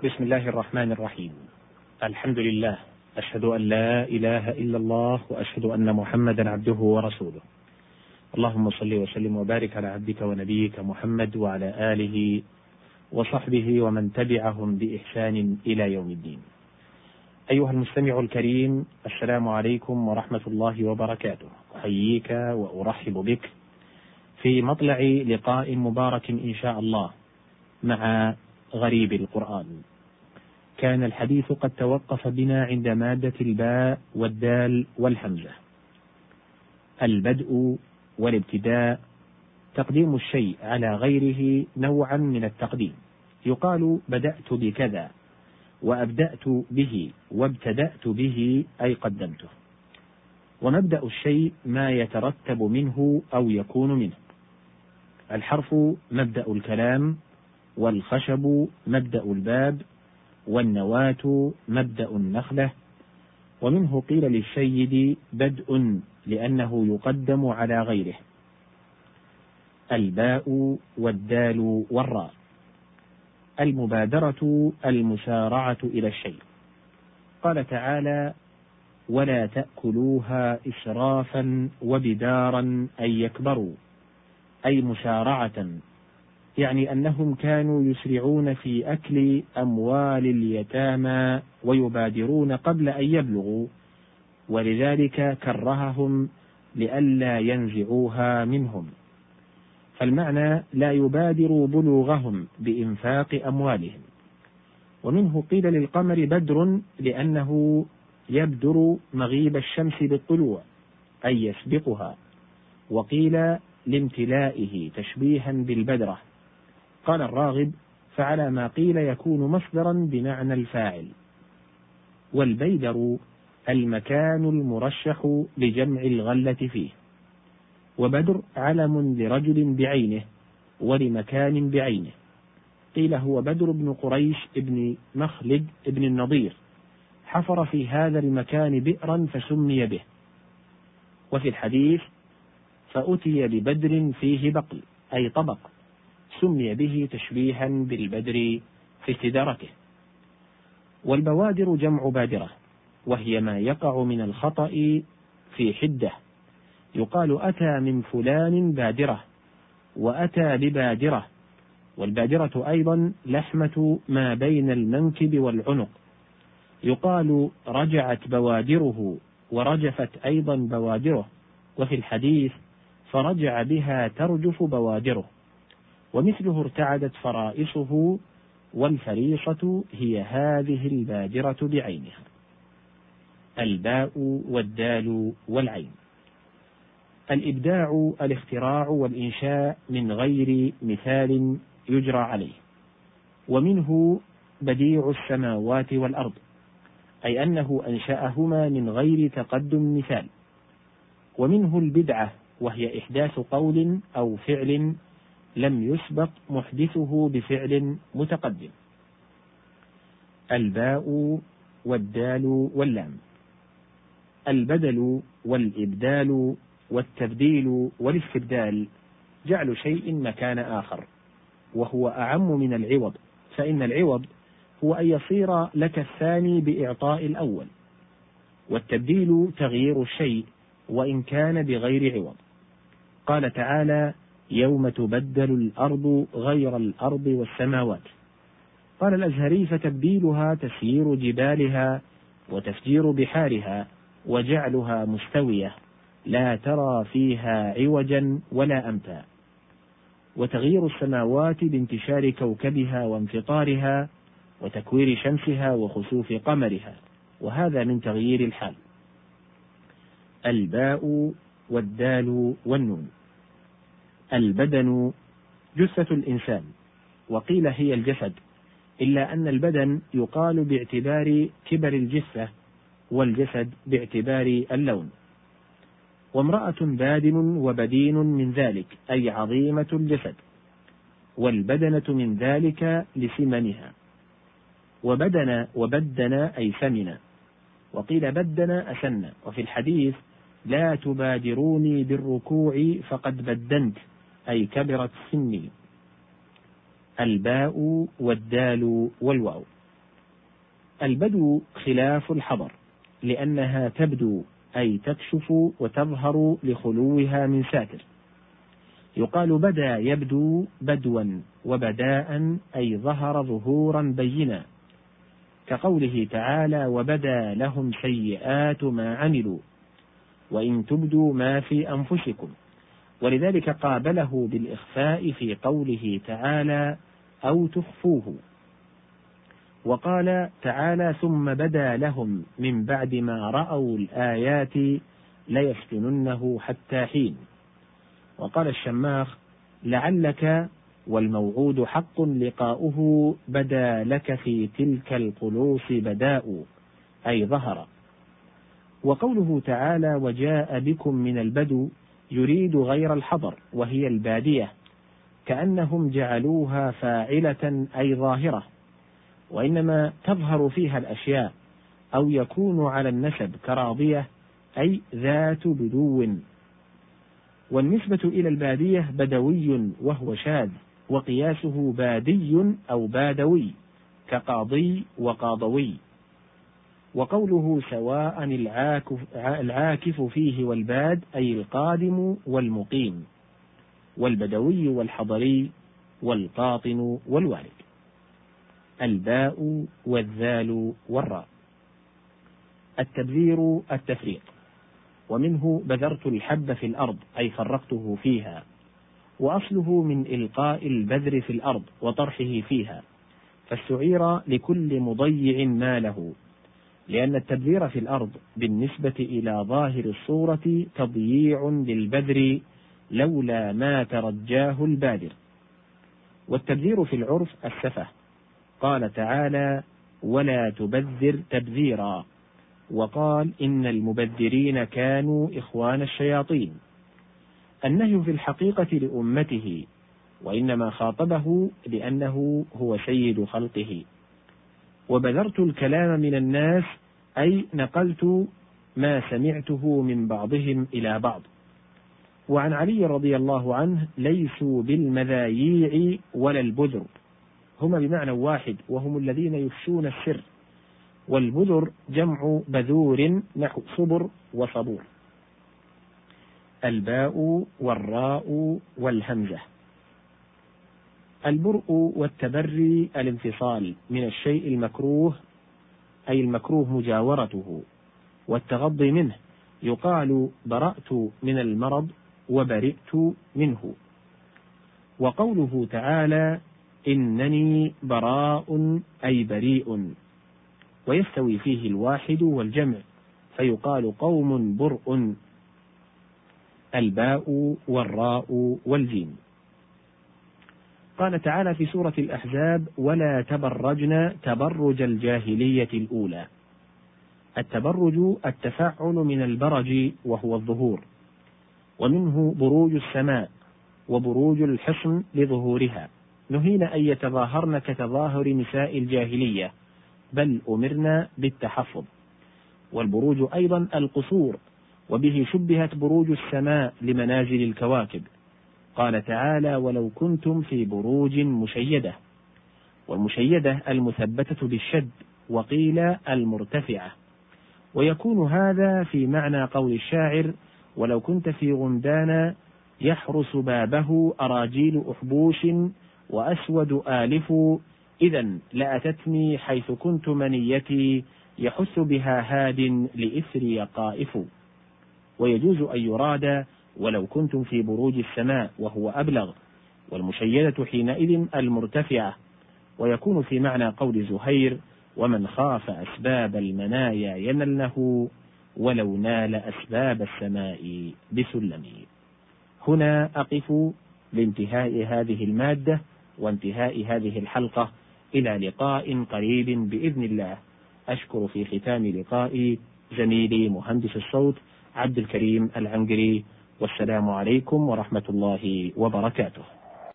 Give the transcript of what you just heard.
بسم الله الرحمن الرحيم. الحمد لله، أشهد أن لا إله إلا الله وأشهد أن محمدا عبده ورسوله. اللهم صل وسلم وبارك على عبدك ونبيك محمد وعلى آله وصحبه ومن تبعهم بإحسان إلى يوم الدين. أيها المستمع الكريم، السلام عليكم ورحمة الله وبركاته. أحييك وأرحب بك في مطلع لقاء مبارك إن شاء الله مع غريب القرآن. كان الحديث قد توقف بنا عند مادة الباء والدال والهمزة. البدء والابتداء تقديم الشيء على غيره نوعا من التقديم، يقال بدأت بكذا وأبدأت به وابتدأت به أي قدمته. ومبدأ الشيء ما يترتب منه أو يكون منه. الحرف مبدأ الكلام، والخشب مبدأ الباب، والنواة مبدأ النخلة. ومنه قيل للشيد بدء لأنه يقدم على غيره. الباء والدال والراء. المبادرة المسارعة إلى الشيء. قال تعالى: ولا تأكلوها إسرافا وبدارا أن يكبروا، أي مسارعة، يعني أنهم كانوا يسرعون في أكل أموال اليتامى ويبادرون قبل أن يبلغوا، ولذلك كرههم لئلا ينزعوها منهم. فالمعنى لا يبادروا بلوغهم بإنفاق أموالهم. ومنه قيل للقمر بدر لأنه يبدر مغيب الشمس بالطلوع أي يسبقها، وقيل لامتلائه تشبيها بالبدرة. قال الراغب: فعلى ما قيل يكون مصدرا بمعنى الفاعل. والبيدر المكان المرشح لجمع الغلة فيه. وبدر علم لرجل بعينه ولمكان بعينه. قيل هو بدر بن قريش بن مخلد بن النضير، حفر في هذا المكان بئرا فسمي به. وفي الحديث: فأتي ببدر فيه بقل أي طبق، سمي به تشبيها بالبدر في استدارته. والبوادر جمع بادرة، وهي ما يقع من الخطأ في حدة. يقال أتى من فلان بادرة، وأتى ببادرة. والبادرة أيضا لحمة ما بين المنكب والعنق. يقال رجعت بوادره، ورجفت أيضا بوادره. وفي الحديث: فرجع بها ترجف بوادره. ومثله ارتعدت فرائصه، والفريصة هي هذه البادرة بعينها. الباء والدال والعين. الإبداع الاختراع والإنشاء من غير مثال يجرى عليه. ومنه بديع السماوات والأرض، أي أنه أنشأهما من غير تقدم مثال. ومنه البدعة، وهي إحداث قول أو فعل لم يسبق محدثه بفعل متقدم. الباء والدال واللام. البدل والإبدال والتبديل والاستبدال جعل شيء مكان آخر، وهو أعم من العوض، فإن العوض هو أن يصير لك الثاني بإعطاء الأول، والتبديل تغيير الشيء وإن كان بغير عوض. قال تعالى: يوم تبدل الأرض غير الأرض والسماوات. قال الأزهري: فتبديلها تسيير جبالها وتفجير بحارها وجعلها مستوية لا ترى فيها عوجا ولا أمتا. وتغيير السماوات بانتشار كوكبها وانفطارها وتكوير شمسها وخسوف قمرها، وهذا من تغيير الحال. الباء والدال والنون. البدن جثة الإنسان، وقيل هي الجسد، إلا أن البدن يقال باعتبار كبر الجثة، والجسد باعتبار اللون. وامرأة بادن وبدين من ذلك أي عظيمة الجسد، والبدنة من ذلك لسمنها. وبدن أي سمن، وقيل بدن أسن. وفي الحديث: لا تبادروني بالركوع فقد بدنت أي كبرت سني. الباء والدال والواو. البدو خلاف الحضر، لأنها تبدو أي تكشف وتظهر لخلوها من ساتر. يقال بدا يبدو بدوا، وبداء أي ظهر ظهورا بينا، كقوله تعالى: وبدا لهم سيئات ما عملوا وإن تبدوا ما في أنفسكم. ولذلك قابله بالإخفاء في قوله تعالى: أو تخفوه. وقال تعالى: ثم بدا لهم من بعد ما رأوا الآيات ليسجننه حتى حين. وقال الشماخ: لعلك والموعود حق لقاؤه بدا لك في تلك القلوص بداء، أي ظهر. وقوله تعالى: وجاء بكم من البدو يريد غير الحضر وهي البادية، كأنهم جعلوها فاعلة أي ظاهرة، وإنما تظهر فيها الأشياء، أو يكون على النسب كراضية أي ذات بدو. والنسبة إلى البادية بدوي وهو شاذ، وقياسه بادي أو بادوي كقاضي وقاضوي. وقوله سواء العاكف فيه والباد أي القادم والمقيم، والبدوي والحضري والقاطن والوالد. الباء والذال والراء. التبذير التفريق، ومنه بذرت الحب في الأرض أي فرقته فيها، وأصله من إلقاء البذر في الأرض وطرحه فيها، فاستعير لكل مضيع ماله، لأن التبذير في الأرض بالنسبة إلى ظاهر الصورة تضييع للبذر لولا ما ترجاه البادر. والتبذير في العرف السفه، قال تعالى: ولا تبذر تبذيرا، وقال: إن المبذرين كانوا إخوان الشياطين. النهي في الحقيقة لأمته، وإنما خاطبه لأنه هو سيد خلقه. وبذرت الكلام من الناس أي نقلت ما سمعته من بعضهم إلى بعض. وعن علي رضي الله عنه: ليسوا بالمذاييع ولا البذر، هما بمعنى واحد، وهم الذين يفشون السر. والبذر جمع بذور نحو صبر وصبور. الباء والراء والهمزة. البرء والتبري الانفصال من الشيء المكروه، أي المكروه مجاورته، والتغضي منه، يقال برأت من المرض وبرئت منه. وقوله تعالى: إنني براء أي بريء، ويستوي فيه الواحد والجمع، فيقال قوم برء. الباء والراء والجيم. قال تعالى في سورة الأحزاب: ولا تبرجن تبرج الجاهلية الأولى. التبرج التفعل من البرج وهو الظهور، ومنه بروج السماء وبروج الحصن لظهورها. نهينا أن يتظاهرن كتظاهر نساء الجاهلية، بل أمرنا بالتحفظ. والبروج أيضا القصور، وبه شبهت بروج السماء لمنازل الكواكب. قال تعالى: ولو كنتم في بروج مشيدة. والمشيدة المثبتة بالشد، وقيل المرتفعة. ويكون هذا في معنى قول الشاعر: ولو كنت في غمدان يحرس بابه أراجيل أحبوش وأسود آلف، إذا لأتتني حيث كنت منيتي يحث بها هاد لإثري قائف. ويجوز أن يراد ولو كنتم في بروج السماء وهو أبلغ، والمشيدة حينئذ المرتفعة. ويكون في معنى قول زهير: ومن خاف أسباب المنايا ينله ولو نال أسباب السماء بسلمي. هنا أقف لانتهاء هذه المادة وانتهاء هذه الحلقة، إلى لقاء قريب بإذن الله. أشكر في ختام لقائي زميلي مهندس الصوت عبد الكريم العنقري، والسلام عليكم ورحمة الله وبركاته.